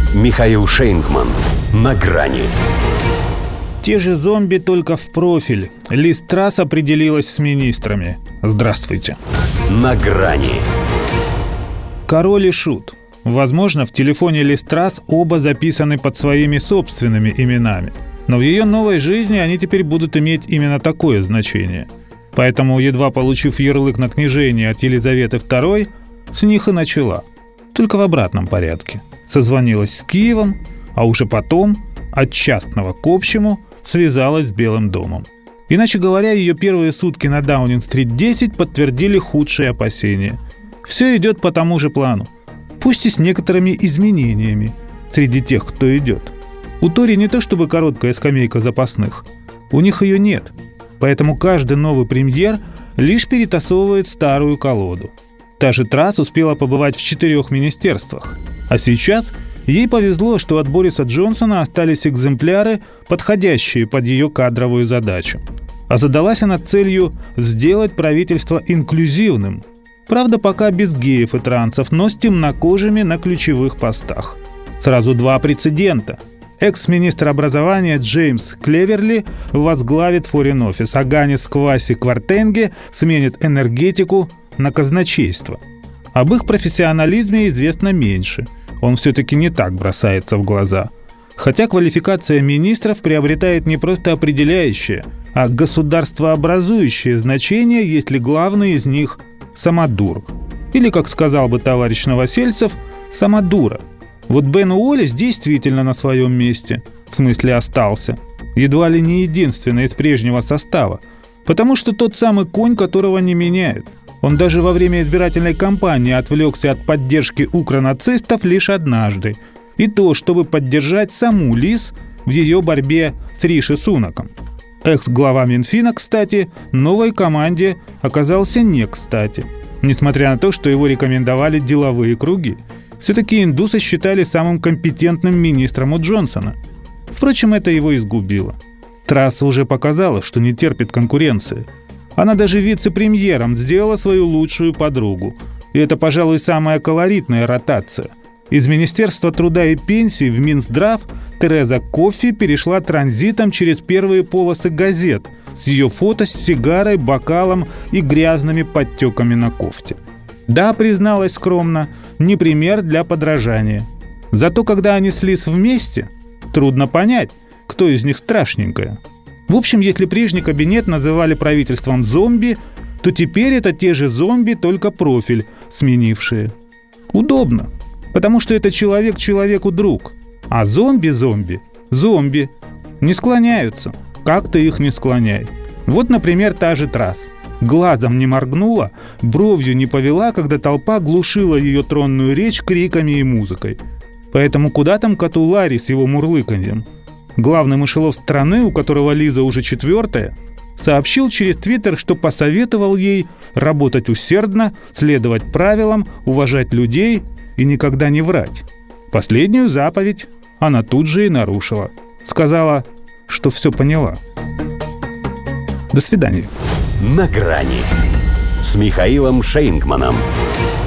Михаил Шейнгман. На грани. Те же зомби, только в профиль. Лиз Трасс определилась с министрами. Здравствуйте. На грани. Король и Шут. Возможно, в телефоне Лиз Трасс оба записаны под своими собственными именами. Но в ее новой жизни они теперь будут иметь именно такое значение. Поэтому, едва получив ярлык на княжение от Елизаветы II, с них и начала. Только в обратном порядке. Созвонилась с Киевом, а уже потом, от частного к общему, связалась с Белым домом. Иначе говоря, ее первые сутки на Даунинг-стрит 10 подтвердили худшие опасения. Все идет по тому же плану. Пусть и с некоторыми изменениями среди тех, кто идет. У Тори не то чтобы короткая скамейка запасных. У них ее нет. Поэтому каждый новый премьер лишь перетасовывает старую колоду. Та же Трасс успела побывать в 4 министерствах. А сейчас ей повезло, что от Бориса Джонсона остались экземпляры, подходящие под ее кадровую задачу. А задалась она целью сделать правительство инклюзивным. Правда, пока без геев и трансов, но с темнокожими на ключевых постах. Сразу 2 прецедента. Экс-министр образования Джеймс Клеверли возглавит Foreign Office, а Ганис Кваси Квартенге сменит энергетику на казначейство. Об их профессионализме известно меньше. Он все-таки не так бросается в глаза. Хотя квалификация министров приобретает не просто определяющее, а государствообразующее значение, если главный из них – самодур. Или, как сказал бы товарищ Новосельцев, самодура. Вот Бен Уоллес действительно на своем месте, в смысле остался. Едва ли не единственный из прежнего состава, потому что тот самый конь, которого не меняют. Он даже во время избирательной кампании отвлекся от поддержки укронацистов лишь однажды. И то, чтобы поддержать саму Лиз в ее борьбе с Риши Сунаком. Экс-глава Минфина, кстати, новой команде оказался не кстати. Несмотря на то, что его рекомендовали деловые круги. Все-таки индусы считали самым компетентным министром у Джонсона. Впрочем, это его изгубило. Трасс уже показала, что не терпит конкуренции. Она даже вице-премьером сделала свою лучшую подругу. И это, пожалуй, самая колоритная ротация. Из Министерства труда и пенсии в Минздрав Тереза Коффи перешла транзитом через первые полосы газет с ее фото с сигарой, бокалом и грязными подтеками на кофте. Да, призналась скромно, не пример для подражания. Зато когда они с Лиз вместе, трудно понять, кто из них страшненькая. В общем, если прежний кабинет называли правительством зомби, то теперь это те же зомби, только профиль сменившие. Удобно, потому что это человек человеку друг, а зомби. Не склоняются, как ты их не склоняй. Вот, например, та же Трасс. Глазом не моргнула, бровью не повела, когда толпа глушила ее тронную речь криками и музыкой. Поэтому куда там коту Ларри с его мурлыканьем? Главный мышелов страны, у которого Лиза уже 4-я, сообщил через Твиттер, что посоветовал ей работать усердно, следовать правилам, уважать людей и никогда не врать. Последнюю заповедь она тут же и нарушила. Сказала, что все поняла. До свидания. На грани с Михаилом Шейнгманом.